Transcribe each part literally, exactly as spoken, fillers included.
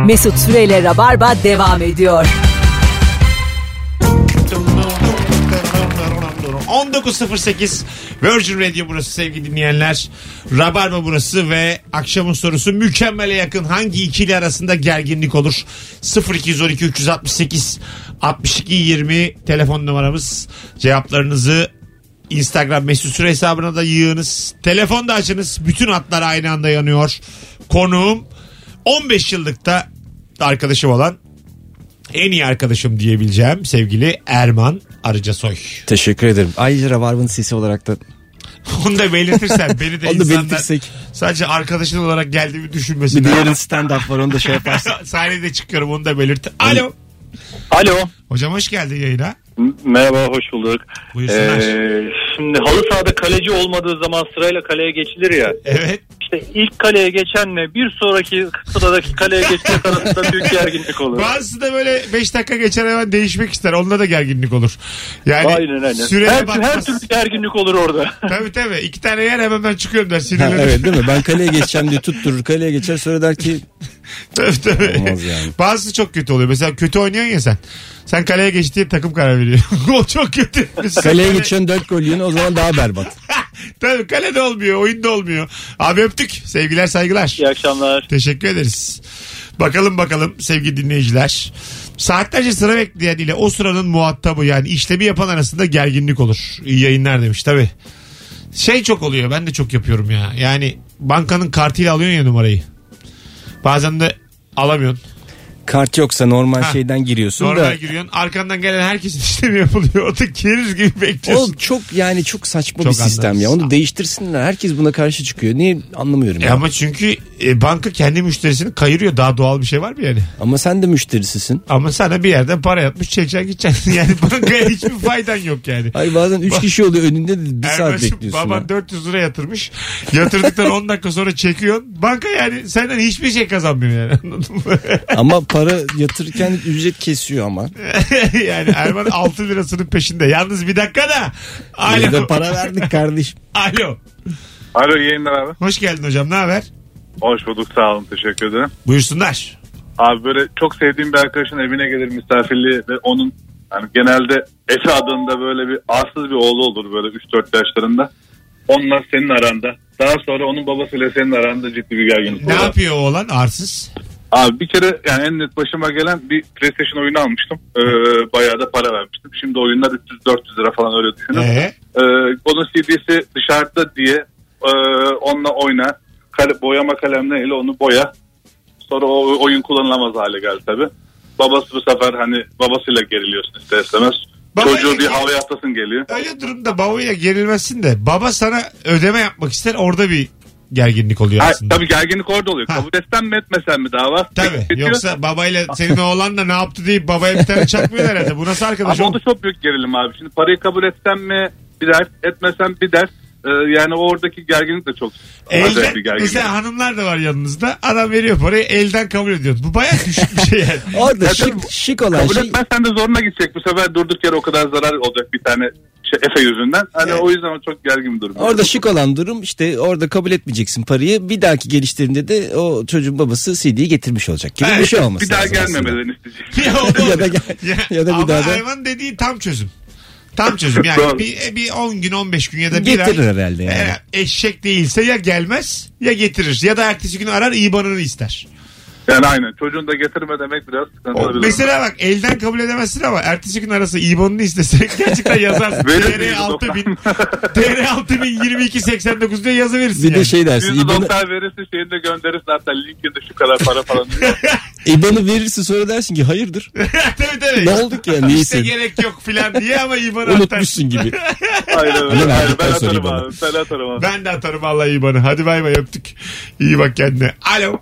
Mesut Süreyle Rabarba devam ediyor. on dokuz sıfır sekiz Virgin Radio burası sevgili dinleyenler. Rabarba burası ve akşamın sorusu mükemmele yakın hangi ikili arasında gerginlik olur? sıfır iki on iki üç altı sekiz altmış iki yirmi telefon numaramız. Cevaplarınızı Instagram Mesut Süre hesabına da yığınız. Telefon da açınız. Bütün hatlar aynı anda yanıyor. Konuğum on beş yıllıkta arkadaşım olan, en iyi arkadaşım diyebileceğim sevgili Erman Arıcasoy. Teşekkür ederim. Ayrıca Rabarba'nın sesi olarak da onu da belirtirsen beni de onu da insanlar belirtirsek. Sadece arkadaşın olarak geldiğimi düşünmesin. Bir de yarın stand-up var, onu da şey yaparsın. Sahnede çıkıyorum, onu da belirt. Alo. Alo. Hocam hoş geldin yayına. Merhaba, hoş bulduk. Buyursunlar. Ee, şimdi halı sahada kaleci olmadığı zaman sırayla kaleye geçilir ya. Evet. İşte ilk kaleye geçenle bir sonraki sıradaki kaleye geçmek arasında büyük gerginlik olur. Bazısı da böyle beş dakika geçer hemen değişmek ister. Onda da gerginlik olur. Yani aynen aynen. Süreye Her, bakmaz. her türlü gerginlik olur orada. Tabii tabii. İki tane yer hemen ben çıkıyorum der. Sinirlenir. Ha, evet değil mi? Ben kaleye geçeceğim diye tutturur. Kaleye geçer, sonra der ki tabii tabii. olmaz yani. Bazısı çok kötü oluyor. Mesela kötü oynuyorsun ya sen. Sen kaleye geç diye takım karar veriyor. O çok kötü. Kaleye geçiyorsun, dört gol yiyorsun, o zaman daha berbat. Tabii kalede olmuyor, oyunda olmuyor. Abi öptük. Sevgiler, saygılar. İyi akşamlar. Teşekkür ederiz. Bakalım bakalım sevgili dinleyiciler. Saatlerce sıra bekleyen ile o sıranın muhatabı, yani işlemi yapan arasında gerginlik olur. İyi yayınlar demiş tabii. Şey çok oluyor, ben de çok yapıyorum ya. Yani bankanın kartıyla alıyorsun ya numarayı. Bazen de alamıyorsun. Kart yoksa normal Ha, şeyden giriyorsun normal da. giriyorsun. Arkandan gelen herkesin işlemi yapılıyor. Orada keriz gibi bekliyorsun. O çok yani çok saçma Çok bir sistem anlamsız. ya. Onu değiştirsinler. Herkes buna karşı çıkıyor. Niye anlamıyorum E ya. ama çünkü e, banka kendi müşterisini kayırıyor. Daha doğal bir şey var mı yani? Ama sen de müşterisisin. Ama sana bir yerden para yatmış, çekeceksin gideceksin. Yani bankaya hiçbir faydan yok yani. Hayır, bazen üç kişi oluyor önünde de bir saat Erbaşım, bekliyorsun. baban ha. dört yüz lira yatırmış. Yatırdıktan on dakika sonra çekiyorsun. Banka yani senden hiçbir şey kazanmıyor yani. Anladın mı? Ama para yatırırken ücret kesiyor ama. Yani Erman altı lirasının peşinde. Yalnız bir dakika da. Bir de Alo. para verdik kardeşim. Alo. Alo, yayınlar abi. Hoş geldin hocam, ne haber? Hoş bulduk, sağ olun, teşekkür ederim. Buyursunlar. Abi böyle çok sevdiğim bir arkadaşın evine gelir misafirliği ve onun yani genelde Efe adında böyle bir arsız bir oğlu olur böyle üç dört yaşlarında. Onunla senin aranda, daha sonra onun babasıyla senin aranda ciddi bir gerginlik Ne olur. yapıyor oğlan arsız? Abi bir kere yani en net başıma gelen bir PlayStation oyunu almıştım. Ee, bayağı da para vermiştim. Şimdi oyunlar üç yüz dört yüz lira falan, öyle düşünün. Ee? Ee, onun C D'si dışarıda diye e, onunla oyna. Kale, boyama kalemleriyle onu boya. Sonra o oyun kullanılamaz hale geldi tabi. Babası bu sefer hani babasıyla geriliyorsun ister istemez. Babayla Çocuğu bir ger- havaya atlasın geliyor. Öyle durumda babayla gerilmezsin de baba sana ödeme yapmak ister, orada bir gerginlik oluyor Ha, aslında. tabii gerginlik orada oluyor. Ha. Kabul etsen mi etmesen mi dava? Tabii. Bitiyor. Yoksa babayla senin oğlan da ne yaptı deyip babaya bir tane çakmıyor herhalde. Bu nasıl arkadaş Ama o oğlum? da çok büyük gerilim abi. Şimdi parayı kabul etsem mi bir dert, etmesem bir dert. Ee, yani oradaki gerginlik de çok acayip Elden, bir gerginlik. mesela hanımlar da var yanınızda. Adam veriyor parayı, elden kabul ediyor. Bu bayağı düşük bir şey yani. Orada Ya şık, tabii, şık olan Kabul şey etmezsen de zoruna gidecek. Bu sefer durduk yere o kadar zarar olacak bir tane şey, Efe yüzünden. Hani Evet. o yüzden o çok gergin bir durum. orada şık olan durum işte, orada kabul etmeyeceksin parayı. Bir dahaki geliştirdiğinde de o çocuğun babası C D'yi getirmiş olacak gibi bir şey olması Bir daha lazım aslında. gelmemelerini isteyecek. Ya, o da- Ya da gel- ya da bir ama daha da- hayvan dediği tam çözüm. Tam çözüm yani Doğru. bir, bir on gün on beş gün ya da bir Getirir ay. herhalde yani. e, eşek değilse ya gelmez ya getirir. Ya da ertesi gün arar, İBAN'ını ister. Yani aynen. Çocuğunu da getirme demek biraz sıkıntılı O, bir durum. mesela bak elden kabul edemezsin ama ertesi gün arası İBAN'ını istesek gerçekten yazarsın. Verir T R miyiz altı bin doktor? T R altı bin yirmi iki seksen dokuz diye yazıverirsin Bir yani. de şey dersin, Yüzü İBAN'ı, doktor verirsin, şeyini de gönderirsin, hatta linkinde şu kadar para falan diyor. İBAN'ı verirsin, sonra dersin ki hayırdır. tabii tabii. Ne oldu ki ya, İşte neyse. gerek yok filan diye ama İBAN'ı Unutmuşsun gibi. Aynen Ama öyle. Aynen, verdikten ben sonra atarım bana. abi. Ben atarım abi. Ben de atarım vallahi İBAN'ı. Hadi bay bay, öptük. İyi bak kendine. Alo.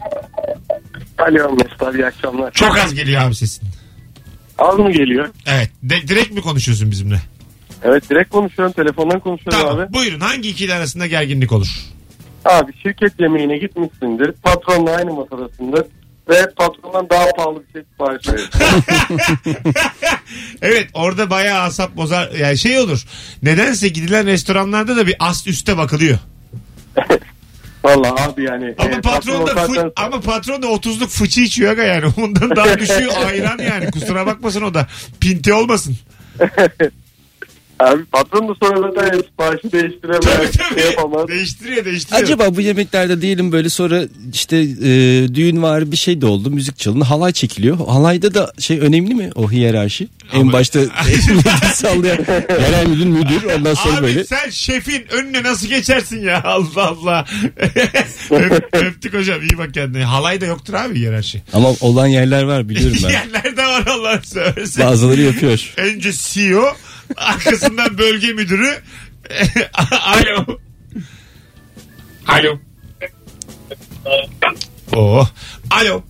Alo Mesut abi, iyi akşamlar. Çok az geliyor abi sesin. Az mı geliyor? Evet. De, direkt mi konuşuyorsun bizimle? Evet, direkt konuşuyorum, telefondan konuşuyorum Tamam. abi. Buyurun, hangi ikili arasında gerginlik olur? Abi şirket yemeğine gitmişsindir, patronla aynı masadasındır ve patrondan daha pahalı bir şey sipariş verirsin. Evet, orada bayağı asap bozar. Yani şey olur. Nedense gidilen restoranlarda da bir ast üste bakılıyor. Vallahi abi yani. Ama e, patron da zaten... fı- ama patron da otuzluk fıçı içiyor aga yani. Ondan daha düşüyor ayran yani. Kusura bakmasın o da. Pinti olmasın. Abi patron da sonra zaten siparişi değiştiremez. Tabii tabii. Şey yapamaz. Değiştiriyor değiştiriyor. Acaba bu yemeklerde diyelim böyle sonra işte e, düğün var bir şey de oldu, müzik çalındı, halay çekiliyor. Halayda da şey önemli mi o hiyerarşi? Ama- En başta sallayan genel müdür müdür ondan sonra Abi böyle. sen şefin önüne nasıl geçersin ya Allah Allah. Öp, öptük hocam iyi bak kendine. Halay da yoktur abi yer her şey. Ama olan yerler var biliyorum ben. Yerlerde var Allah'ını seversen. Bazıları yapıyor. Önce C E O arkasından bölge müdürü. Alo. Alo. Oh. Alo.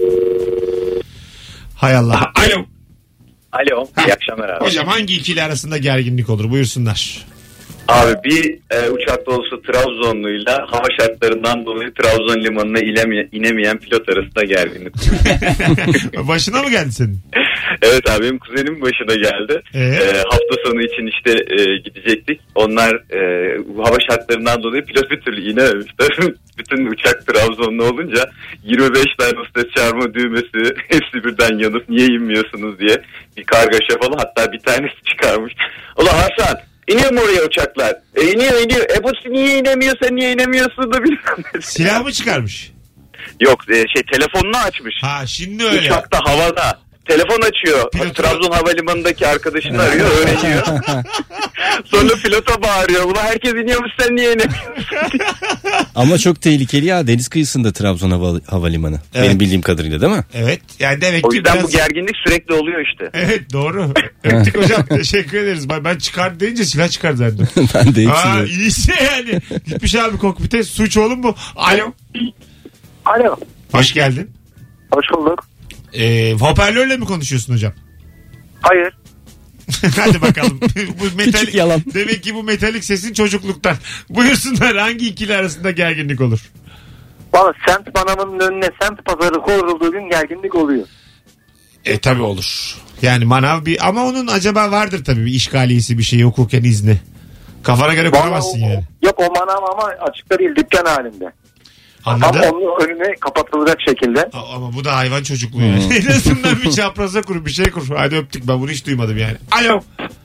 Hay Allah. Alo. Alo, Ha. iyi akşamlar abi. Hocam hangi ikili arasında gerginlik olur? Buyursunlar. Abi bir e, uçak dolusu Trabzonluyla hava şartlarından dolayı Trabzon limanına ineme, inemeyen pilot arasında gerginlik. Başına mı geldi senin? Evet abi benim kuzenimin başına geldi. Ee? E, hafta sonu için işte e, gidecektik. Onlar e, hava şartlarından dolayı pilot bir türlü inememişler. Bütün uçak Trabzonlu olunca yirmi beş tane stres çağırma düğmesi hepsi birden yanıp niye inmiyorsunuz diye bir kargaşa falan. Hatta bir tanesi çıkarmış. Ulan Hasan İniyor mu oraya uçaklar? E iniyor iniyor. E bu niye inemiyor sen niye inemiyorsun da bilmem. Silah mı çıkarmış? Yok e, şey telefonunu açmış. Ha şimdi öyle. Uçakta havada. Telefon açıyor. Pilot- Trabzon Havalimanı'ndaki arkadaşını arıyor öğreniyor. Sonra pilota bağırıyor. Ulan herkes iniyormuş sen niye inemiyorsun? Ama çok tehlikeli ya, deniz kıyısında Trabzon Hava, Havalimanı. Evet. Benim bildiğim kadarıyla değil mi? Evet yani demek O ki yüzden biraz... bu gerginlik sürekli oluyor işte. Evet doğru. Öptük hocam. Teşekkür ederiz. Ben çıkar deyince silah çıkar zannettim. Ben de Aa, hepsini. iyiyse yani. Gitmiş abi kokpite. Suç oğlum bu. Alo. Alo. Hoş geldin. Hoş bulduk. Ee, hoparlörle mi konuşuyorsun hocam? Hayır. Hadi bakalım. Bu metalik, Küçük yalan. Demek ki bu metalik sesin çocukluktan. Buyursunlar hangi ikili arasında gerginlik olur? Valla semt manavının önüne semt pazarı kurulduğu gün gerginlik oluyor. E tabi olur. Yani manav bir ama onun acaba vardır tabii bir işgaliyesi bir şey hukuken izni. Kafana göre kuramazsın yani. Yok o manav ama açıkta değil dükkan halinde. Anladın? Ama onun önüne kapatılacak şekilde. A- Ama bu da hayvan çocukluğu yani. Hmm. En azından bir çapraza kur bir şey kur. Hadi öptük ben bunu hiç duymadım yani. Alo.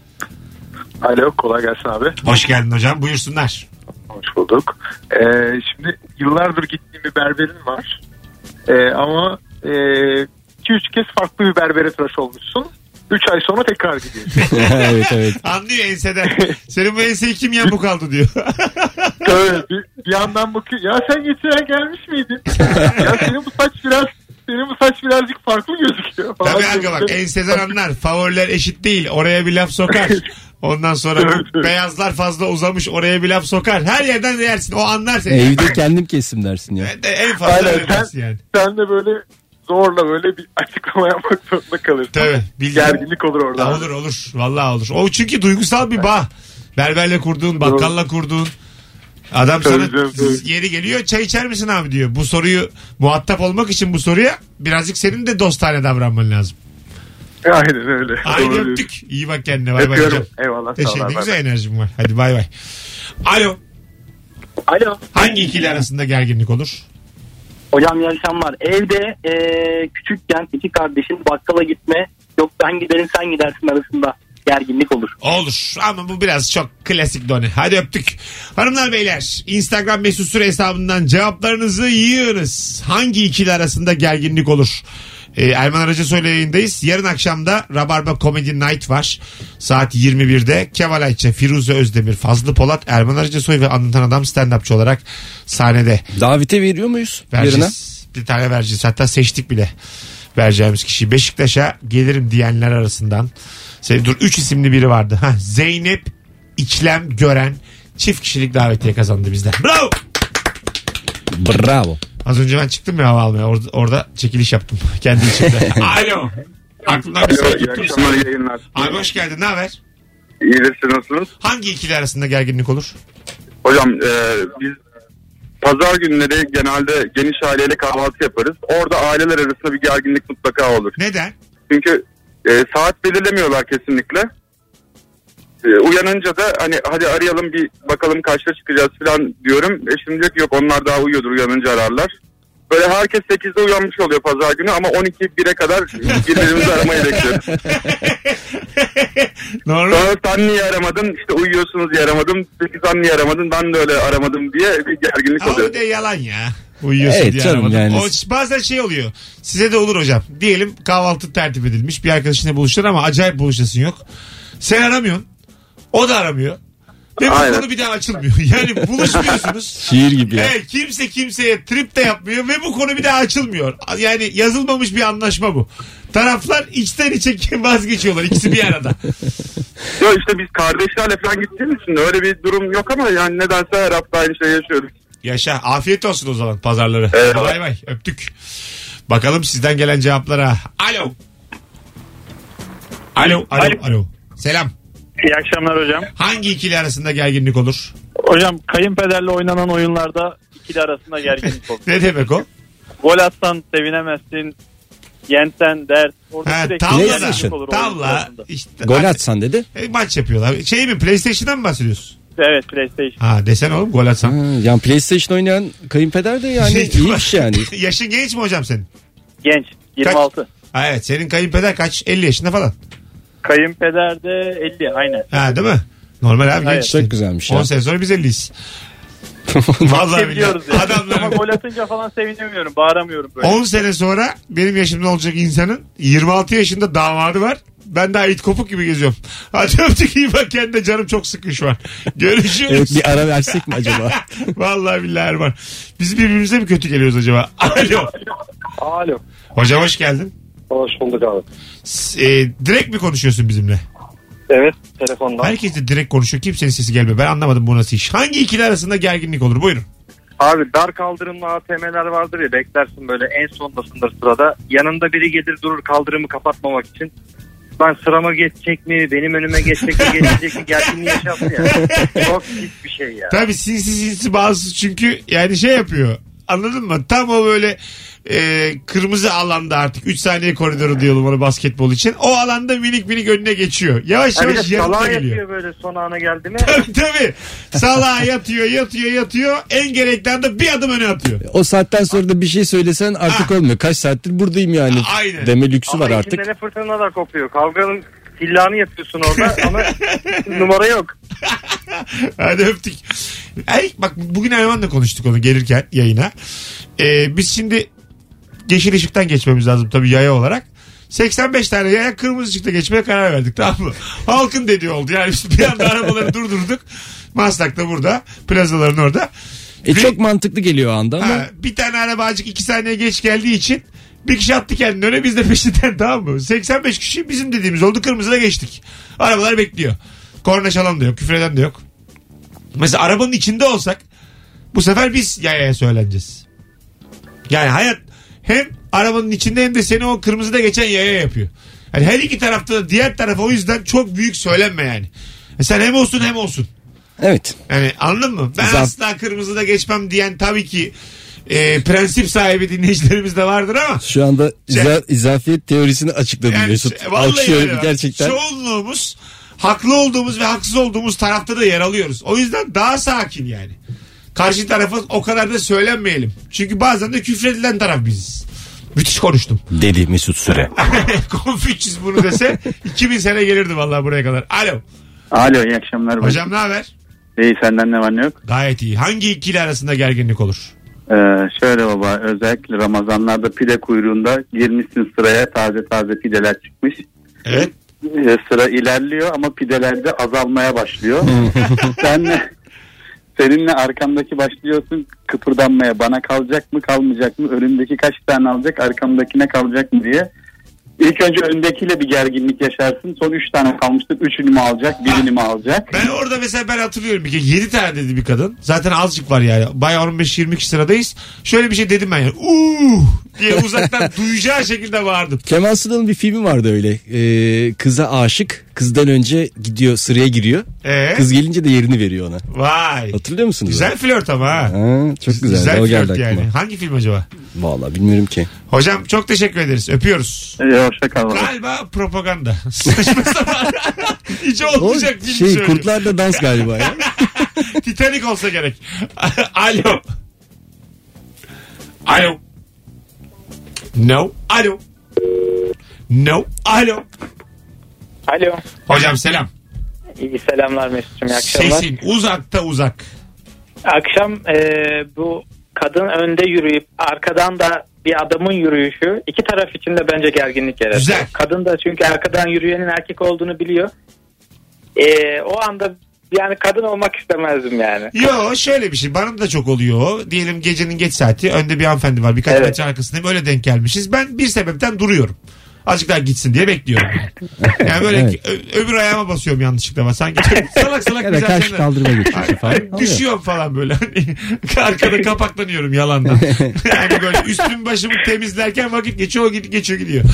Alo kolay gelsin abi. Hoş geldin hocam buyursunlar. Hoş bulduk. Ee, şimdi yıllardır gittiğim bir berberim var. Ee, ama iki üç kez farklı bir berbere tıraş olmuşsun. üç ay sonra tekrar gidiyorsun. Evet evet. Anlıyor enseden. Senin bu enseyi kim yamuk aldı diyor. Tabii bir, bir yandan bakıyor. Ya sen geçen gelmiş miydin? Ya senin bu saç biraz senin bu saç birazcık farklı gözüküyor. Falan Tabii aga bak enseden anlar. Favoriler eşit değil. Oraya bir laf sokar. Ondan sonra bu beyazlar fazla uzamış. Oraya bir laf sokar. Her yerden yersin. O anlar seni. Evde kendim kestim dersin ya. En- En fazla Aynen, öyle sen, dersin yani. sen de böyle zorla böyle bir açıklama yapmak zorunda kalırsın. Tabii. Bildiğin- Gerginlik olur orada. Ha, olur olur. Vallahi olur. O çünkü duygusal bir bağ. Berberle kurduğun, bakkalla kurduğun. Adam Tabii sana canım, tabii. yeri geliyor çay içer misin abi diyor. Bu soruyu muhatap olmak için bu soruya birazcık senin de dostane davranman lazım. Aynen öyle. Haydi Doğru öptük. İyi bak kendine. Bay bay hocam. Öpüyorum. Eyvallah. sağ ol, Teşekkür bay ederim. bay. Güzel enerjim var. Hadi bay bay. Alo. Alo. Hangi ikili arasında gerginlik olur? Hocam iyi akşamlar. Evde e, küçükken iki kardeşin bakkala gitme yok ben giderim sen gidersin arasında gerginlik olur. Olur ama bu biraz çok klasik done. Hadi öptük. Hanımlar beyler Instagram mesut süre hesabından cevaplarınızı yığınız. Hangi ikili arasında gerginlik olur? Ee, Erman Aracısoy'la yayındayız. Yarın akşamda Rabarba Comedy Night var. Saat yirmi birde Kemal Ayça, Firuze Özdemir, Fazlı Polat, Erman Aracısoy ve Anlatan Adam stand-upçı olarak sahnede. Davete veriyor muyuz yarına? Vereceğiz. Bir tane vereceğiz. Hatta seçtik bile vereceğimiz kişiyi. Beşiktaş'a gelirim diyenler arasından. Sen, dur üç isimli biri vardı. Heh, Zeynep İçlem Gören çift kişilik davetiye kazandı bizden. Bravo. Bravo. Az önce ben çıktım ya hava almaya. Orada, orada çekiliş yaptım. Kendi içimde. Alo. Aklımdan bir Alo, şey iyi tuttum. akşamlar, yayınlar. Abi hoş geldin. Ne haber? İyidir, siz nasılsınız? Hangi ikili arasında gerginlik olur? Hocam e, biz pazar günleri genelde geniş aileyle kahvaltı yaparız. Orada aileler arasında bir gerginlik mutlaka olur. Neden? Çünkü e, saat belirlemiyorlar kesinlikle. e, uyanınca da hani hadi arayalım bir bakalım kaçta çıkacağız falan diyorum. Eşim diyor ki yok onlar daha uyuyordur, uyanınca ararlar. Böyle herkes sekizde uyanmış oluyor pazar günü ama on iki bire kadar birbirimizi aramayı bekliyoruz. Normal. Sonra sen niye aramadın? İşte uyuyorsunuz diye aramadım. Peki sen niye aramadın? Ben de öyle aramadım diye bir gerginlik Ama oluyor. bir de yalan ya. Uyuyorsun Evet diye canım aramadım. yani. O bazen şey oluyor. Size de olur hocam. Diyelim kahvaltı tertip edilmiş. Bir arkadaşınla buluştun ama acayip buluşasın yok. Sen aramıyorsun. O da aramıyor. Ve bu Aynen. konu bir daha açılmıyor. Yani buluşmuyorsunuz. Şiir gibi ya. Evet, kimse kimseye trip de yapmıyor ve bu konu bir daha açılmıyor. Yani yazılmamış bir anlaşma bu. Taraflar içten içe vazgeçiyorlar. İkisi bir arada. Yok işte biz kardeşlerle falan gittiğimiz için öyle bir durum yok ama yani nedense her hafta aynı şeyi yaşıyoruz. Yaşa. Afiyet olsun o zaman pazarları. Evet. Bay bay. Öptük. Bakalım sizden gelen cevaplara. Alo. Alo. Alo. Alo. Alo. Selam. İyi akşamlar hocam. Hangi ikili arasında gerginlik olur? Hocam kayınpederle oynanan oyunlarda ikili arasında gerginlik olur. Ne demek o? Gol atsan sevinemezsin. Yensen dert. Orada Ha, sürekli tavla da. gerginlik olur oyun Tavla. sırasında. İşte, Gol hadi. atsan dedi. E, maç yapıyorlar. Şey mi? PlayStation'dan mı bahsediyorsun? Evet, PlayStation. Ha desen oğlum gol atsam. Ha, yani PlayStation oynayan kayınpeder de yani iyiymiş yani. Yaşın genç mi hocam senin? Genç. yirmi altı. Ha, evet senin kayınpeder kaç? elli yaşında falan. Kayınpeder de elli aynen. Ha değil mi? Normal abi Evet. genç işte. Çok güzelmiş on ya. sene sonra biz elliyiz. Vallahi Biliyoruz billahi. yani. Ama Adamların gol atınca falan sevinemiyorum. Bağıramıyorum böyle. on sene sonra benim yaşımda olacak insanın yirmi altı yaşında damadı var. Ben daha it kopuk gibi geziyorum. Hadi öptük, iyi bak kendine, canım çok sıkın şu an. Görüşürüz. Evet, bir ara versek mi acaba? Vallahi billahi Erman. Biz birbirimize mi kötü geliyoruz acaba? Alo. Alo. Hocam hoş geldin. Hoş bulduk abi. S- E, direkt mi konuşuyorsun bizimle? Evet, telefondan. Herkes de direkt konuşuyor. Kimsenin sesi gelmiyor. Ben anlamadım bu nasıl iş. Hangi ikili arasında gerginlik olur? Buyurun. Abi dar kaldırımlı A T M'ler vardır ya, beklersin böyle en sondasındır sırada. Yanında biri gelir durur kaldırımı kapatmamak için. Ben sırama geçecek mi, benim önüme geçecek mi, geçecek mi gerginliği yaşattı ya. Çok pis bir şey ya. Tabii sinsi sinsi bazı çünkü yani şey yapıyor. Anladın mı? Tam o böyle e, kırmızı alanda artık üç saniye koridoru diyelim onu basketbol için. O alanda minik minik önüne geçiyor. Yavaş Ha bir yavaş de yanına salağa geliyor. yatıyor böyle son ana geldi mi? Tabii tabii. Salağa yatıyor yatıyor yatıyor. En gerekli anda bir adım öne atıyor. O saatten sonra da bir şey söylesen artık Ha. olmuyor. Kaç saattir buradayım yani. Aynen. Deme lüksü var Ama artık. içinde ne fırtına da kopuyor. Kavganın silahını yapıyorsun orada ama numara yok. Hadi öptük. Ay, bak bugün Erman'la konuştuk onu gelirken yayına. Ee, biz şimdi yeşil ışıktan geçmemiz lazım tabii yaya olarak. seksen beş tane yaya kırmızı ışıkta geçmeye karar verdik, tamam mı? Halkın dediği oldu. Yani biz bir anda arabaları durdurduk. Maslak'ta burada. Plazaların orada. E Ve- çok mantıklı geliyor o anda ama. Ha, bir tane araba azıcık iki saniye geç geldiği için bir kişi attı kendini öne, biz de peşinden, tamam mı? seksen beş kişi bizim dediğimiz oldu, kırmızıda geçtik. Arabalar bekliyor. Korna çalan da yok, küfreden de yok. Mesela arabanın içinde olsak bu sefer biz yayaya söyleneceğiz. Yani hayat hem arabanın içinde hem de seni o kırmızıda geçen yaya yapıyor. Yani her iki tarafta da diğer tarafa o yüzden çok büyük söylenme yani. E sen hem olsun hem olsun. Evet. Yani anladın mı? Ben Zaf- asla kırmızıda geçmem diyen tabii ki e, prensip sahibi dinleyicilerimiz de vardır ama Şu anda iza- izafiyet teorisini açıkladı yani, Mesut. vallahi Alkışlıyorum öyle bak. gerçekten. Çoğunluğumuz haklı olduğumuz ve haksız olduğumuz tarafta da yer alıyoruz. O yüzden daha sakin yani. Karşı tarafa o kadar da söylenmeyelim. Çünkü bazen de küfredilen taraf biziz. Müthiş konuştum. Dedi Mesut Süre. Konfüçyüs bunu dese iki bin sene gelirdi vallahi buraya kadar. Alo. Alo, iyi akşamlar. Hocam ne haber? İyi, senden ne var ne yok? Gayet iyi. Hangi ikili arasında gerginlik olur? Ee, şöyle baba, özellikle Ramazanlarda pide kuyruğunda girmişsin sıraya, taze taze pideler çıkmış. Evet. Ee, sıra ilerliyor ama pideler de azalmaya başlıyor. Sen seninle arkandaki başlıyorsun kıpırdanmaya, bana kalacak mı kalmayacak mı, önündeki kaç tane alacak, arkamdakine kalacak mı diye. İlk önce öndekiyle bir gerginlik yaşarsın. Son üç tane kalmıştır. Üçünü mü alacak, birini mi alacak? Ben orada mesela ben hatırlıyorum bir kere yedi tane dedi bir kadın. Zaten azıcık var yani. Bayağı on beş yirmi kişi sıradayız. Şöyle bir şey dedim ben yani. Uuu diye uzaktan duyacağı şekilde bağırdım. Kemal Sunal'ın bir filmi vardı öyle. Ee, kıza aşık. Kızdan önce gidiyor, sıraya giriyor. Ee? Kız gelince de yerini veriyor ona. Vay. Hatırlıyor musunuz? Güzel flört ama ha. Ha, çok güzel. Güzel O geldi flört aklıma. yani. Hangi film acaba? Vallahi bilmiyorum ki. Hocam çok teşekkür ederiz. Öpüyoruz. İyi, hoşça kal. Galiba propaganda. Saçma sapan. Hiç olmayacak O gibi şey söylüyor. kurtlar da dans galiba ya. Titanic olsa gerek. Alo. Alo. No. Alo. No. Alo. Alo. Hocam selam. İyi selamlar Mesut'cum. İyi akşamlar. Sesin uzakta uzak. Akşam e, bu kadın önde yürüyüp arkadan da bir adamın yürüyüşü iki taraf için de bence gerginlik yaratıyor. Güzel. Kadın da çünkü arkadan yürüyenin erkek olduğunu biliyor. E, o anda yani kadın olmak istemezdim yani. Yo şöyle bir şey. Bana da çok oluyor. Diyelim gecenin geç saati. Önde bir hanımefendi var. Birkaç Evet. metre arkasındayım. Öyle denk gelmişiz. Ben bir sebepten duruyorum. Azıcık daha gitsin diye bekliyorum. Yani, yani böyle Evet. ö- öbür ayağıma basıyorum yanlışlıkla ama sanki salak salak Ya da güzel karşı şeyler. kaldırıma geçiyorsun falan. Hani düşüyorum falan böyle. Hani arkada kapaklanıyorum yalandan. Yani böyle üstüm başımı temizlerken vakit geçiyor, o gid- geçiyor gidiyor.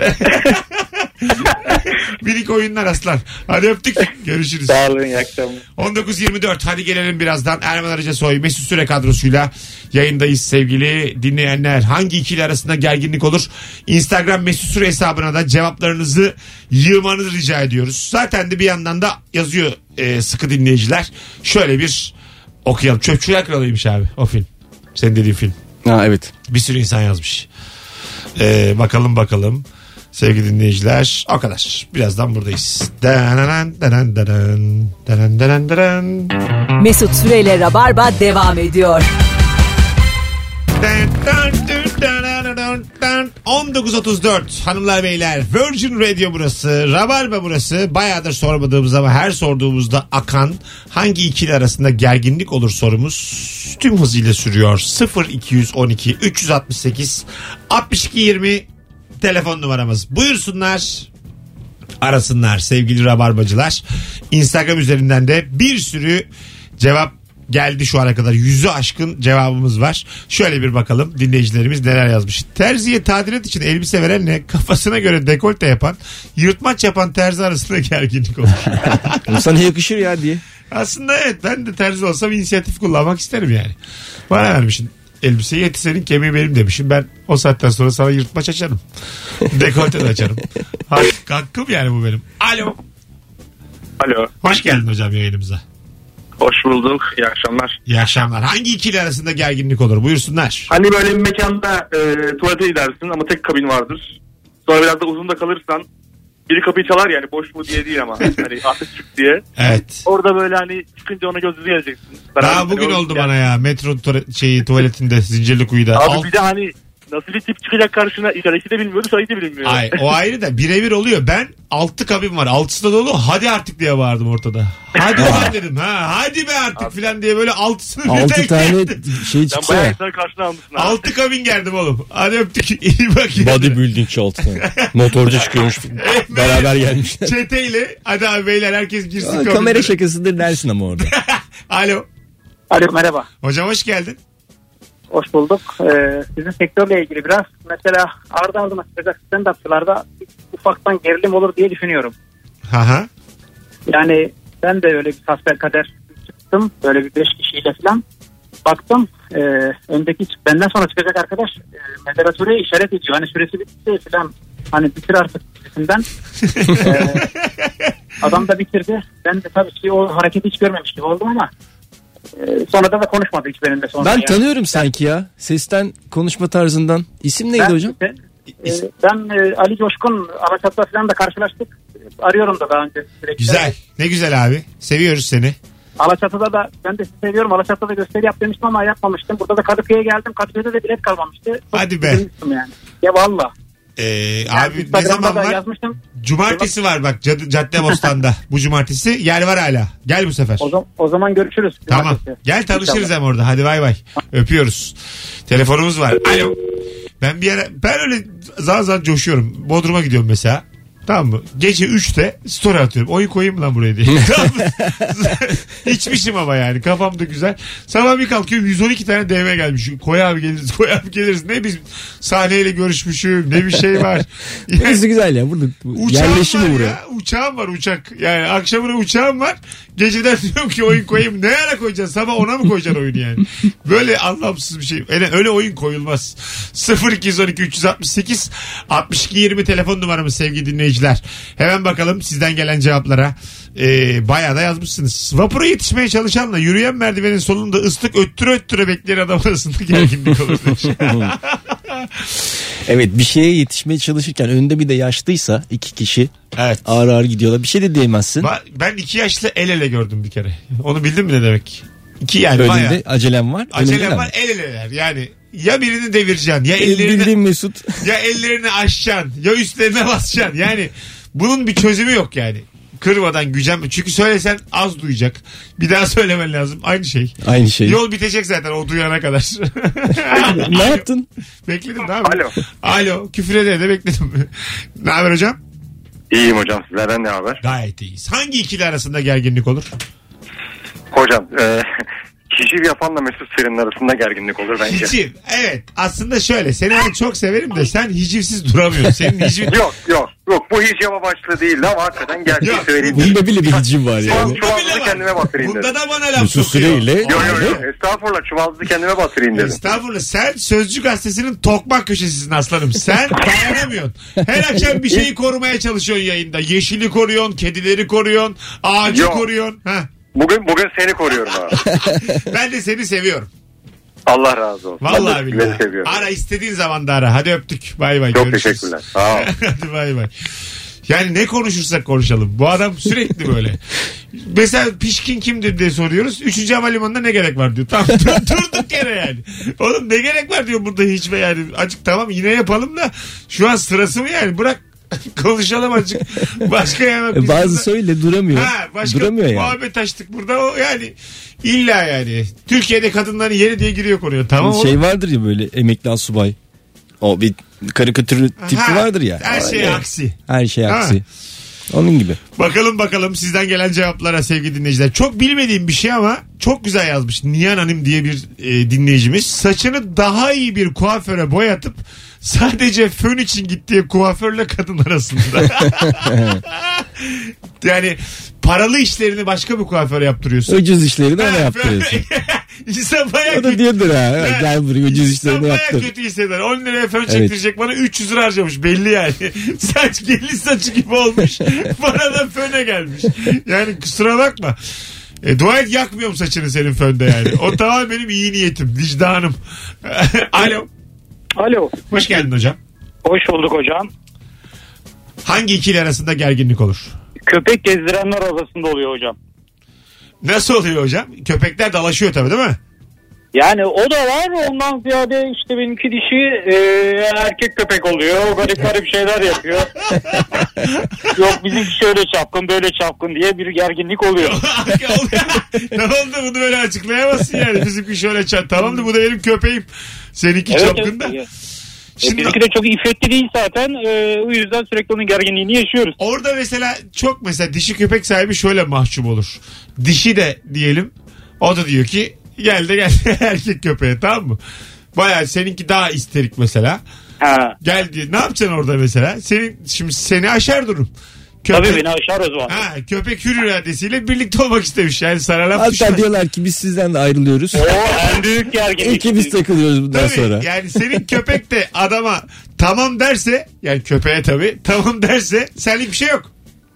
Minik oyunlar aslan. Hadi öptük. Görüşürüz. Sağ olun, iyi akşamlar. on dokuz yirmi dört hadi gelelim birazdan. Erman Arıca Soy Mesut Süre kadrosuyla yayındayız sevgili dinleyenler. Hangi ikili arasında gerginlik olur? Instagram Mesut Süre hesabına da cevaplarınızı yığmanızı rica ediyoruz. Zaten de bir yandan da yazıyor e, sıkı dinleyiciler. Şöyle bir okuyalım. Çöpçüler Kralı'ymış abi o film. Senin dediğin film. Ha evet. Bir sürü insan yazmış. Ee, bakalım bakalım. Sevgili dinleyiciler o kadar. Birazdan buradayız. Dananan, danan, danan, danan, danan, danan. Mesut Süreyle Rabarba devam ediyor. on dokuz otuz dört hanımlar beyler, Virgin Radio burası, Rabarba burası. Bayağıdır sormadığımız ama her sorduğumuzda akan hangi ikili arasında gerginlik olur sorumuz tüm hızıyla sürüyor. sıfır iki on iki üç altı sekiz altmış iki yirmi telefon numaramız. Buyursunlar, arasınlar sevgili Rabarbacılar. Instagram üzerinden de bir sürü cevap geldi şu ana kadar. Yüzü aşkın cevabımız var. Şöyle bir bakalım dinleyicilerimiz neler yazmış. Terziye tadilat için elbise verenle kafasına göre dekolte yapan, yırtmaç yapan terzi arasında gerginlik olur. Sana yakışır ya diye. Aslında evet, ben de terzi olsam inisiyatif kullanmak isterim yani. Bana vermişsin elbiseyi, eti senin kemiği benim demişim. Ben o saatten sonra sana yırtmaç açarım. Dekolte de açarım. Hak, hakkım yani bu benim. Alo. Alo. Hoş geldin hocam yayınımıza. Hoş bulduk. İyi akşamlar. İyi akşamlar. Hangi ikili arasında gerginlik olur? Buyursunlar. Hani böyle bir mekanda e, tuvalete gidersin ama tek kabin vardır. Sonra biraz da uzun da kalırsan biri kapıyı çalar, yani boş mu diye değil ama hani artık çık diye. Evet. Orada böyle hani çıkınca ona gözünü geleceksin. Daha bugün oldu bana ya. Metro tuvalet- şeyi tuvaletinde Zincirlikuyu'da. Abi Alt- bir de hani nasıl bir tip çıkacak karşına, işareti de bilmiyordu, sayıyı da bilmiyor. Ay, o ayrı da birebir oluyor. Ben altı kabin var. Altısı da dolu. Hadi artık diye bağırdım ortada. Hadi lan dedim. Ha, hadi be artık filan diye böyle altısını Altı birden tane geldim. şey Sen çıksa bayağı ya. insanı karşına almışsın abi. Altı kabin geldim oğlum. Hadi öptük. İyi bak. Bodybuilding altı tane. Motorcu çıkıyormuş. Beraber gelmişler. Çeteyle. Hadi abi beyler herkes girsin. Aa, kabinlere. kamera şakasıdır dersin ama orada. Alo. Alo, merhaba. Hocam hoş geldin. Hoş bulduk. Ee, sizin sektörle ilgili biraz mesela ardı ardına çıkacak stand-upçılarda ufaktan gerilim olur diye düşünüyorum. Haha. Yani ben de öyle bir hasbelkader çıktım. Böyle bir beş kişiyle falan. Baktım e, öndeki benden sonra çıkacak arkadaş e, moderatöre işaret ediyor. Hani süresi bitti falan. Hani bitir artık sesinden. e, adam da bitirdi. Ben de tabii ki o hareketi hiç görmemiş gibi oldum ama e, sonradan da konuşmadı hiç benimle sonra. Ben yani. tanıyorum sanki ya. Sesten, konuşma tarzından. İsim neydi Ben, hocam? Ben, e, ben e, Ali Coşkun Alaçat'ta falan da karşılaştık. Arıyorum da daha önce sürekli. Güzel. Ne güzel abi. Seviyoruz seni. Alaçatı'da da ben de sizi seviyorum. Alaçatı'da da gösteri yap demiştim ama yapmamıştım. Burada da Kadıköy'e geldim. Kadıköy'de de bilet kalmamıştı. Çok Hadi be. üzülmüştüm yani. Ya valla. Ee, Yani abi ne Instagram'da zaman da var? yazmıştım. Cumartesi var bak Cad- Caddebostan'da. Bu cumartesi yer var hala. Gel bu sefer. O, zaman, o zaman görüşürüz. Tamam. Cumartesi. Gel tanışırız İnşallah. hem orada. Hadi bay bay. Öpüyoruz. Telefonumuz var. Alo. Ben bir ara ben öyle zaman zaman coşuyorum. Bodrum'a gidiyorum mesela. Tamam mı? Gece üçte story atıyorum. Oyun koyayım mı lan buraya diye. Tamam mı? İçmişim ama yani. Kafam da güzel. Sabah bir kalkıyorum yüz on iki tane D M gelmiş. Koy abi geliriz, koy abi geliriz. Ne biz sahneyle görüşmüşüm, ne bir şey var. Yani, Burası güzel ya. Burada yerleşim mi buraya? Ya, uçağım var uçak. Yani akşamına uçağım var. Geceden diyorum ki oyun koyayım. Ne ara koyacaksın? Sabah ona mı koyacaksın oyunu yani? Böyle anlamsız bir şey. Öyle, öyle oyun koyulmaz. sıfır iki on iki üç altı sekiz altmış iki yirmi telefon numaramız sevgili dinleyiciler. Hemen bakalım sizden gelen cevaplara. Ee, bayağı da yazmışsınız. Vapura yetişmeye çalışanla yürüyen merdivenin solunda ıslık öttüre öttüre bekleyen adam arasında gerginlik olur demiş. Evet, bir şeye yetişmeye çalışırken önünde bir de yaşlıysa iki kişi Evet. ağır ağır gidiyorlar. Bir şey de diyemezsin. Ba- Ben iki yaşlı el ele gördüm bir kere. Onu bildin mi ne demek? İki yani Önünde bayağı. acelem var. Acelem var, el eleler. Yani ya birini devireceksin ya Bildiğim ellerini Mesut. ya ellerini aşacaksın ya üstlerine basacaksın. Yani bunun bir çözümü yok yani. Kırmadan gücenme. Çünkü söylesen az duyacak. Bir daha söylemen lazım. Aynı şey. Aynı şey. Yol bitecek zaten o duyana kadar. Ne yaptın? Bekledim ne yapayım? Alo. Alo. Küfür ede de bekledim. Ne haber hocam? İyiyim hocam, sizlerden ne haber? Gayet iyiyiz. Hangi ikili arasında gerginlik olur? Hocam e, hiciv yapanla Mesut Süren'in arasında gerginlik olur bence. Hiciv. Evet. Aslında şöyle. Seni hani çok severim de sen hicivsiz duramıyorsun. Senin hicivin... Yok yok yok, bu hiç yama başlı değildi ama hakikaten gerçeği Yok. söyleyeyim. Bunda bile bir hicim var yani. Çuvaldızı kendime batırayım Bunda dedim. da bana laf Mesut sokuyor. Süreyle. Yok yok yok, estağfurullah, çuvaldızı kendime batırayım dedim. Estağfurullah. Sen Sözcü Gazetesi'nin tokmak köşesisin aslanım. Sen dayanamıyorsun. Her akşam bir şeyi korumaya çalışıyorsun yayında. Yeşili koruyorsun, kedileri koruyorsun, ağacı Yok. koruyorsun. Heh. Bugün bugün seni koruyorum abi. Ben de seni seviyorum. Allah razı olsun. Vallahi Ben de billahi. sizi seviyorum. Ara istediğin zaman da ara. Hadi öptük. Bay bay. Çok Görüşürüz. teşekkürler. Sağ ol. Hadi bay bay. Yani ne konuşursak konuşalım. Bu adam sürekli böyle. Mesela pişkin kimdir diye soruyoruz. Üçüncü havalimanında ne gerek var diyor. Tamam durduk yere yani. Oğlum ne gerek var diyor burada hiç be yani. Açık tamam yine yapalım da şu an sırası mı yani? Bırak konuşalım azıcık. Başka yani. Bazı söyle duramıyor. Ha, başka Duramıyor yani. muhabbet açtık burada o yani illa yani. Türkiye'de kadınların yeri diye giriyor konuya. Tamam Şey oğlum. vardır ya böyle emekli asubay. O bir karikatür tipi Ha, vardır ya. Her şey Evet. aksi. Her şey Ha. aksi. Onun gibi. Bakalım bakalım sizden gelen cevaplara sevgili dinleyiciler. Çok bilmediğim bir şey ama çok güzel yazmış. Nihan Hanım diye bir e, dinleyicimiz. Saçını daha iyi bir kuaföre boyatıp sadece fön için gittiği kuaförle kadın arasında. Yani paralı işlerini başka bir kuaföre yaptırıyorsun. Ucuz işleri de ona Ha, yaptırıyorsun. İnsan bayağı O da kötü. diyordur ha. Ha, Gel buraya ucuz İnsan işlerini bayağı yaptır. kötü hisseder. on liraya fön çektirecek bana üç yüz lira harcamış. Belli yani. Saç gelin saçı gibi olmuş. Bana da föne gelmiş. Yani kusura bakma. E, dua et yakmıyorum saçını senin fönde yani. O tamamen benim iyi niyetim. Vicdanım. Alo. Alo. Hoş geldin hocam. Hoş bulduk hocam. Hangi ikili arasında gerginlik olur? Köpek gezdirenler arasında oluyor hocam. Nasıl oluyor hocam? Köpekler dalaşıyor tabii değil mi? Yani o da var, ondan ziyade işte benimki dişi e, erkek köpek oluyor. Garip garip şeyler yapıyor. Yok bizimki şöyle çapkın böyle çapkın diye bir gerginlik oluyor. Ne oldu bunu böyle açıklayamazsın yani. Bizimki şöyle çat. Tamam da bu da benim köpeğim. Seninki Evet, çapkın da. evet. Şimdi Bizimki de çok iffetli değil zaten. E, o yüzden sürekli onun gerginliğini yaşıyoruz. orada mesela çok mesela dişi köpek sahibi şöyle mahcup olur. Dişi de diyelim. O da diyor ki gel de gel erkek köpeğe, tamam mı? Bayağı seninki daha isterik mesela. Ha. Gel diye. Ne yapacaksın orada mesela? Senin şimdi seni aşar durum. Köpek, Tabii beni aşar o zaman. ha, köpek hür iradesiyle birlikte olmak istemiş. Yani sana laf Hatta düşmez. diyorlar ki biz sizden de ayrılıyoruz. O en büyük gerginlik. İkimiz takılıyoruz bundan Tabii, sonra. yani senin köpek de adama tamam derse, yani köpeğe tabii tamam derse senlik bir şey yok.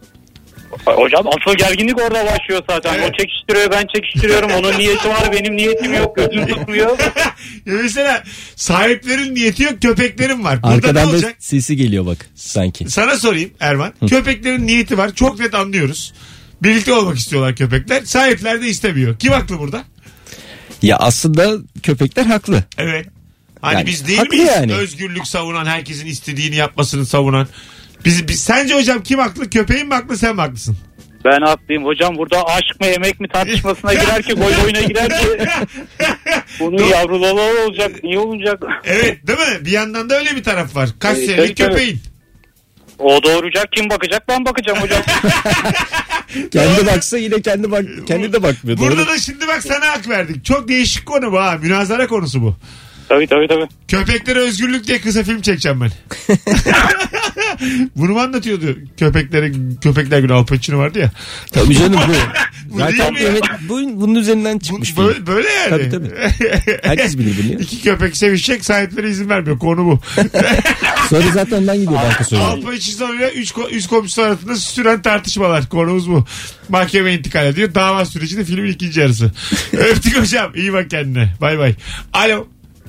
Hocam asıl gerginlik orada başlıyor zaten. Evet. O çekiştiriyor, ben çekiştiriyorum. Onun niyeti var, benim niyetim yok. Gözüm tutmuyor. Ya mesela sahiplerin niyeti yok, köpeklerin var. Burada Arkadan ne da olacak? sesi geliyor bak sanki. Sana sorayım Erman. Köpeklerin niyeti var. Çok net anlıyoruz. Birlikte olmak istiyorlar köpekler. Sahipler de istemiyor. Kim haklı burada? Ya aslında köpekler haklı. Evet. Hani Yani biz değil haklı miyiz? yani. Özgürlük savunan, herkesin istediğini yapmasını savunan. Biz, biz, sence hocam kim haklı? Köpeğin mi haklı, sen mi haklısın? Ben haklıyım hocam. Burada aşk mı yemek mi tartışmasına girer ki, gol oyuna girer ki. Bunun yavruları olacak. Niye olacak? Evet değil mi? Bir yandan da öyle bir taraf var. Kaç Evet, senelik tabii, köpeğin. O doğuracak, kim bakacak? Ben bakacağım hocam. Kendi baksa yine kendi bak kendi de bakmıyor. Burada Doğru. da şimdi bak sana hak verdik. Çok değişik konu bu ha. Münazara konusu bu. Tabii tabii tabii. Köpeklere özgürlük diye kısa film çekeceğim ben. Bunu mu anlatıyordu? Köpeklere, Köpekler Günü Al Pacino vardı ya. Tabii canım bu. Bu Zaten değil mi ya? evet, bu, bunun üzerinden çıkmış. Bu, film. böyle, böyle yani. Tabii tabii. Herkes bilir bunu ya. İki köpek sevişecek, sahipleri izin vermiyor. Konu bu. Sonra zaten ondan gidiyor banka Al soyuyor. Pacino ile üç, üç komşusu arasında süren tartışmalar. Konumuz bu. Mahkeme intikal ediyor. Dava sürecinde filmin ikinci yarısı. Öptük hocam. İyi bak kendine. Bay bay. Alo.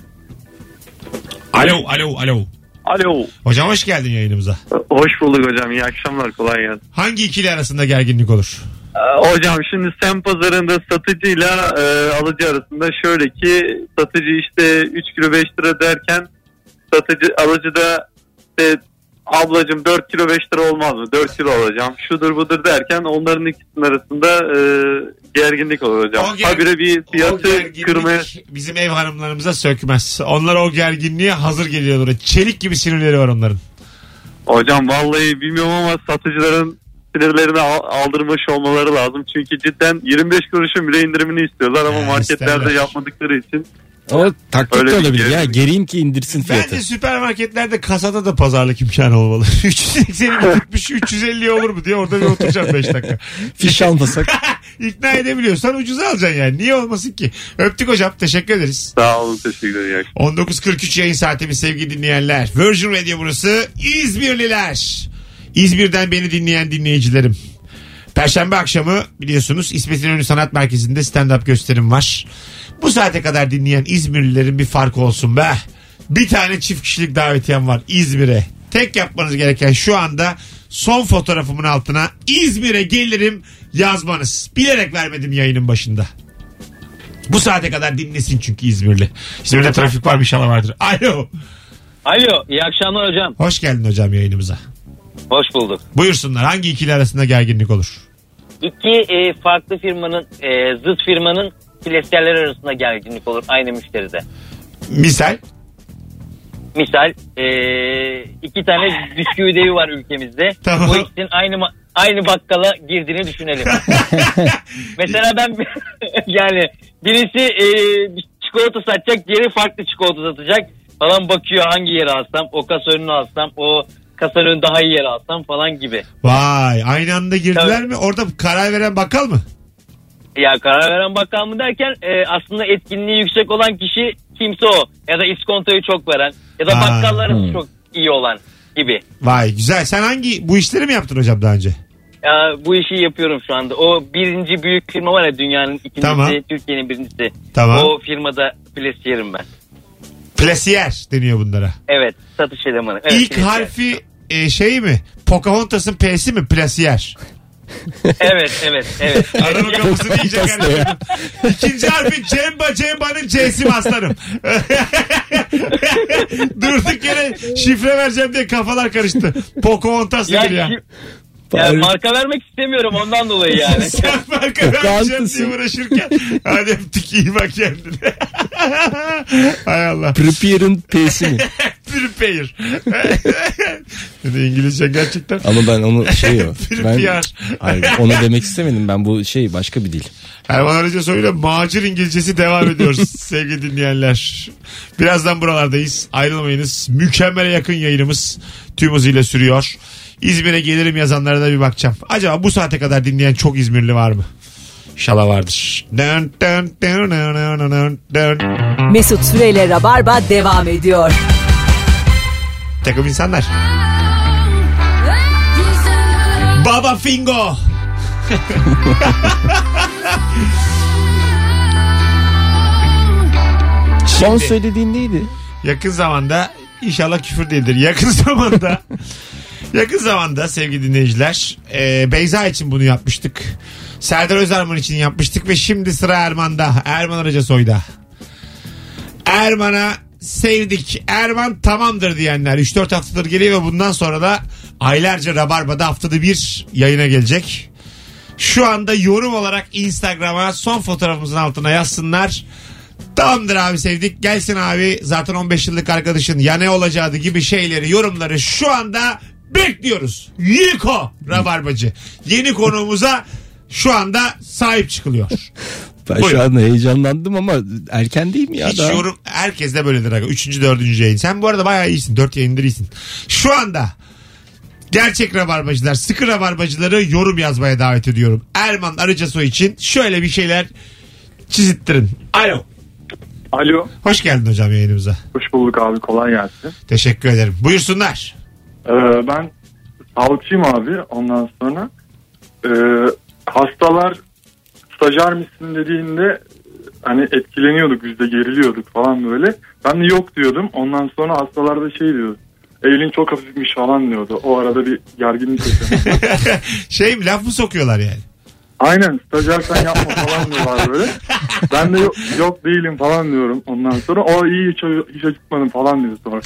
Alo, alo, alo. Alo. Hocam hoş geldin yayınımıza. Hoş bulduk hocam. İyi akşamlar. Kolay gelsin. Hangi ikili arasında gerginlik olur? Ee, hocam şimdi sen pazarında satıcıyla e, alıcı arasında şöyle ki satıcı işte üç kilo beş lira derken satıcı alıcı da işte ablacığım dört kilo beş lira olmaz mı? dört kilo alacağım. Şudur budur derken onların ikisinin arasında e, gerginlik olur hocam. O ger- Habire bir fiyatı kırmaya... bizim ev hanımlarımıza sökmez. Onlar o gerginliğe hazır geliyorlar. Çelik gibi sinirleri var onların. Hocam vallahi bilmiyorum ama satıcıların sinirlerini aldırmış olmaları lazım. Çünkü cidden yirmi beş kuruşun bile indirimini istiyorlar ama Ya, marketlerde isterler. yapmadıkları için. O taktik Öyle de bir olabilir ya. gerginlik. Geriyim ki indirsin fiyatı. Bence süpermarketlerde kasada da pazarlık imkanı olmalı. üç yüz sekseni gitmiş üç yüz elliye olur mu diye orada bir oturacağım beş dakika. Fiş almasak. İkna edebiliyorsan ucuza alacaksın yani. Niye olmasın ki? Öptük hocam. Teşekkür ederiz. Sağ olun, teşekkür ederim. on dokuz kırk üç yayın saatimiz sevgili dinleyenler. Virgin Radio burası. İzmirliler. İzmir'den beni dinleyen dinleyicilerim. Perşembe akşamı biliyorsunuz İsmet İnönü Sanat Merkezi'nde stand-up gösterim var. Bu saate kadar dinleyen İzmirlilerin bir farkı olsun be. Bir tane çift kişilik davetiyem var İzmir'e. Tek yapmanız gereken şu anda son fotoğrafımın altına İzmir'e gelirim yazmanız. Bilerek vermedim yayının başında. Bu saate kadar dinlesin çünkü İzmirli. İzmir'de trafik var, inşallah vardır. Alo. Alo, iyi akşamlar hocam. Hoş geldin hocam yayınımıza. Hoş bulduk. Buyursunlar, hangi ikili arasında gerginlik olur? İki e, farklı firmanın, e, zıt firmanın pleskerler arasında gerginlik olur aynı müşteride. Misal? Misal e, iki tane bisküvi devi var ülkemizde. Tamam. O ikisinin aynı ma- aynı bakkala girdiğini düşünelim. Mesela ben yani birisi e, çikolata satacak, diğeri farklı çikolata satacak falan, bakıyor hangi yere alsam, o kasa önüne alsam, o kasanın önünde daha iyi yere alsam falan gibi. Vay, aynı anda girdiler Tabii. mi? Orada karar veren bakkal mı? Ya karar veren bakkal mı derken e, aslında etkinliği yüksek olan kişi kimse o. Ya da iskontoyu çok veren ya da Aa, bakkalları hmm. çok iyi olan gibi. Vay güzel. Sen hangi bu işleri mi yaptın hocam daha önce? Ya, bu işi yapıyorum şu anda. O birinci büyük firma var ya, dünyanın ikincisi, Tamam. Türkiye'nin birincisi. Tamam. O firmada plesiyerim ben. Plasiyer deniyor bunlara. Evet, satış elemanı. Evet, İlk plesiyer. harfi e, şey mi? Pocahontas'ın P'si mi? Plasiyer. Evet, evet, evet. Adamın kapısını iyice karıştırdım. İkinci harfi Cemba, Cemba'nın C'si mi aslanım? Durduk yere şifre vereceğim diye kafalar karıştı. Pocahontas Ya, nedir ya? şi- ya marka vermek istemiyorum ondan dolayı yani. Sen marka vereceğim diye uğraşırken hadi öptük, iyi bak kendine. Hay Allah. Preparer'ın P'si mi? Prepare. İngilizce gerçekten. Ama ben onu şey o. Ben, Prepare. hayır, onu demek istemedim. Ben bu şey başka bir dil. Erman Arıca Soy'la macir İngilizcesi devam ediyoruz sevgili dinleyenler. Birazdan buralardayız. Ayrılmayınız. Mükemmele yakın yayınımız tüm hızıyla sürüyor. İzmir'e gelirim yazanlara da bir bakacağım. Acaba bu saate kadar dinleyen çok İzmirli var mı? İnşallah vardır. Dön, dön, dön, dön, dön, dön. Mesut Süreyle Rabarba devam ediyor. Takım insanlar. Baba Fingo. Son söylediğin neydi? Yakın zamanda, inşallah küfür değildir. Yakın zamanda yakın zamanda sevgili dinleyiciler, e, Beyza için bunu yapmıştık. Serdar Özerman için yapmıştık ve şimdi sıra Erman'da. Erman Arıca Soy'da. Erman'a sevdik, Erman tamamdır diyenler üç dört haftadır geliyor ve bundan sonra da aylarca Rabarba'da haftada bir yayına gelecek. Şu anda yorum olarak Instagram'a son fotoğrafımızın altına yazsınlar. Tamamdır abi, sevdik, gelsin abi, zaten on beş yıllık arkadaşın ya ne olacağı gibi şeyleri, yorumları şu anda bekliyoruz. Yiko Rabarbacı. Yeni konuğumuza şu anda sahip çıkılıyor. Ben Buyurun. şu anda heyecanlandım ama erken değil mi ya? Hiç daha? yorum herkes de böyledir. Aga. Üçüncü, dördüncü yayın. Sen bu arada bayağı iyisin. Dört yayındır iyisin. Şu anda gerçek rabarbacılar, sıkı rabarbacıları yorum yazmaya davet ediyorum. Erman Arıcasoy için şöyle bir şeyler çizittirin. Alo. Alo. Hoş geldin hocam yayınımıza. Hoş bulduk abi, kolay gelsin. Teşekkür ederim. Buyursunlar. Ee, ben sağlıkçıyım abi, ondan sonra e, hastalar stajyer misin dediğinde hani etkileniyorduk, biz de geriliyorduk falan böyle. Ben de yok diyordum, ondan sonra hastalar da şey diyordu. Elin çok hafifmiş falan diyordu. O arada bir gerginlik yaşadım. Şey mi, laf mı sokuyorlar yani? Aynen, stajyer sen yapma falan diyorlar böyle. Ben de yok, yok değilim falan diyorum ondan sonra. O iyi, hiç, hiç acıkmadım falan diyor sonra.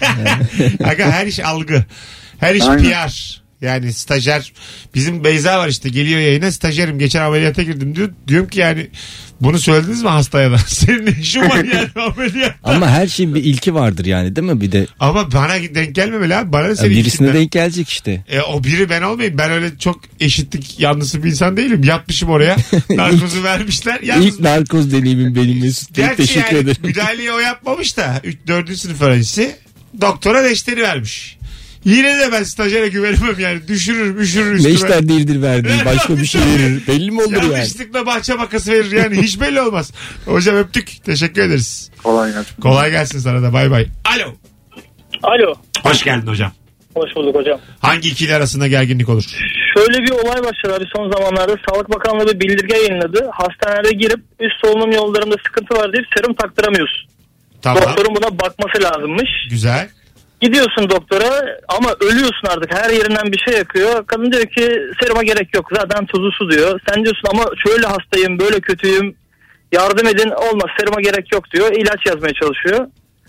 Aga her iş algı. Her iş Aynen. P R. Yani stajyer. Bizim Beyza var işte, geliyor yayına, stajyerim geçen ameliyata girdim diyor. Diyorum ki yani bunu söylediniz mi hastaya da? Senin ne işin var yani ameliyatta? Ama her şeyin bir ilki vardır yani, değil mi bir de? Ama bana denk gelmemeli abi. Bana da senin Birisine ilkinden. denk gelecek işte. E, o biri ben olmayayım. Ben öyle çok eşitlik yanlısı bir insan değilim. Yatmışım oraya. Narkozu vermişler. Yalnız, İlk narkoz deneyimim benim Mesut. gerçi Teşekkür yani ederim. müdahaleyi o yapmamış da dördüncü sınıf öğrencisi doktora neşteri vermiş. Yine de ben stajyere güvenemem yani. Düşürür düşürür üstüme. Neşter değildir verdiği, başka bir şey verir. Belli mi olur yani? Yanlışlıkla bahçe makası verir yani. Hiç belli olmaz. Hocam öptük. Teşekkür ederiz. Kolay gelsin. Kolay gelsin sana da. Bay bay. Alo. Alo. Hoş geldin hocam. Hoş bulduk hocam. Hangi ikili arasında gerginlik olur? Şöyle bir olay başladı abi son zamanlarda. Sağlık Bakanlığı bir bildirge yayınladı. Hastanelere girip üst solunum yollarında sıkıntı var deyip serum taktıramıyorsun. Tamam. Doktorun buna bakması lazımmış. Güzel. Gidiyorsun doktora ama ölüyorsun artık, her yerinden bir şey yakıyor. Kadın diyor ki seruma gerek yok, zaten tuzlu su diyor. Sen diyorsun ama şöyle hastayım, böyle kötüyüm, yardım edin, olmaz seruma gerek yok diyor. İlaç yazmaya çalışıyor.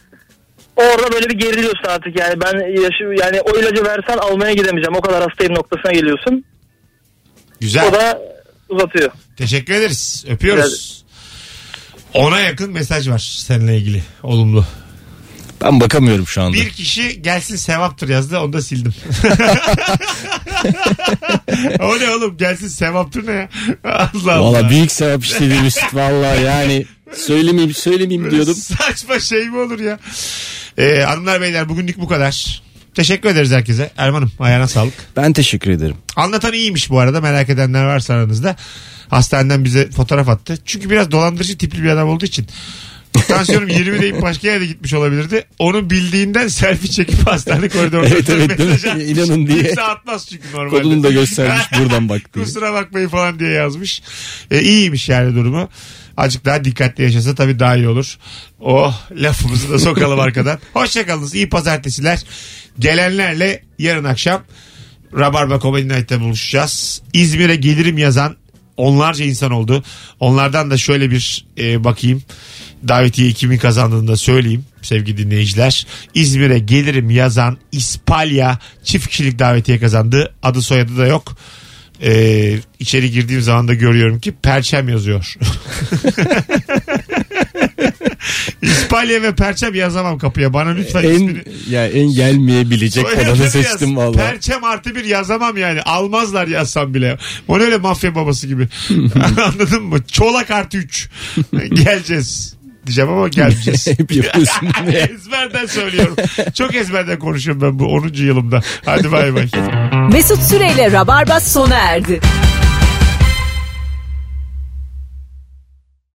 Orada böyle bir geriliyorsun artık yani, ben yaşı, yani o ilacı versen almaya gidemeyeceğim, o kadar hastayım noktasına geliyorsun. Güzel. O da uzatıyor. Teşekkür ederiz. Öpüyoruz. Ona yakın mesaj var seninle ilgili. Olumlu. Ben bakamıyorum şu anda. Bir kişi gelsin sevaptır yazdı, onu da sildim. O ne oğlum, gelsin sevaptır ne ya? Allah Allah. Valla büyük sevap işledi Mesut. Valla yani söylemeyeyim söylemeyeyim diyordum. Saçma şey mi olur ya? Ee, hanımlar beyler, bugünlük bu kadar. Teşekkür ederiz herkese. Erman'ım ayağına sağlık. Ben teşekkür ederim. Anlatan iyiymiş bu arada, merak edenler varsa aranızda. Hastaneden bize fotoğraf attı. Çünkü biraz dolandırıcı tipli bir adam olduğu için. Tansiyonum yirmi deyip başka yere gitmiş olabilirdi. Onu bildiğinden selfie çekip hastane koridorunda. Evet evet değil mi? İnanın diye. Kimse atmaz çünkü normalde. Kodunu da göstermiş buradan bak diye. Kusura bakmayın falan diye yazmış. E, iyiymiş yani durumu. Azıcık daha dikkatli yaşasa tabii daha iyi olur. Oh, lafımızı da sokalım arkadan. Hoşçakalınız. İyi pazartesiler. Gelenlerle yarın akşam Rabarba Comedy Night'te buluşacağız. İzmir'e gelirim yazan onlarca insan oldu. Onlardan da şöyle bir e, bakayım. Davetiye kimin kazandığını da söyleyeyim sevgili dinleyiciler. İzmir'e gelirim yazan İspalya çift kişilik davetiye kazandı. Adı soyadı da yok. Ee, içeri girdiğim zaman da görüyorum ki Perçem yazıyor. İspalya ve Perçem yazamam kapıya. Bana lütfen en, ismini. Ya en gelmeyebilecek olanı seçtim valla. Perçem artı bir yazamam yani. Almazlar yazsam bile. O öyle mafya babası gibi. Anladın mı? Çolak artı üç. Geleceğiz diyeceğim ama gelmeyeceğiz. Hep yapıyorsun bunu ya. Ezberden söylüyorum. Çok ezberden konuşuyorum ben bu onuncu yılımda. Hadi bay bay. Mesut Süreyle Rabarba sona erdi.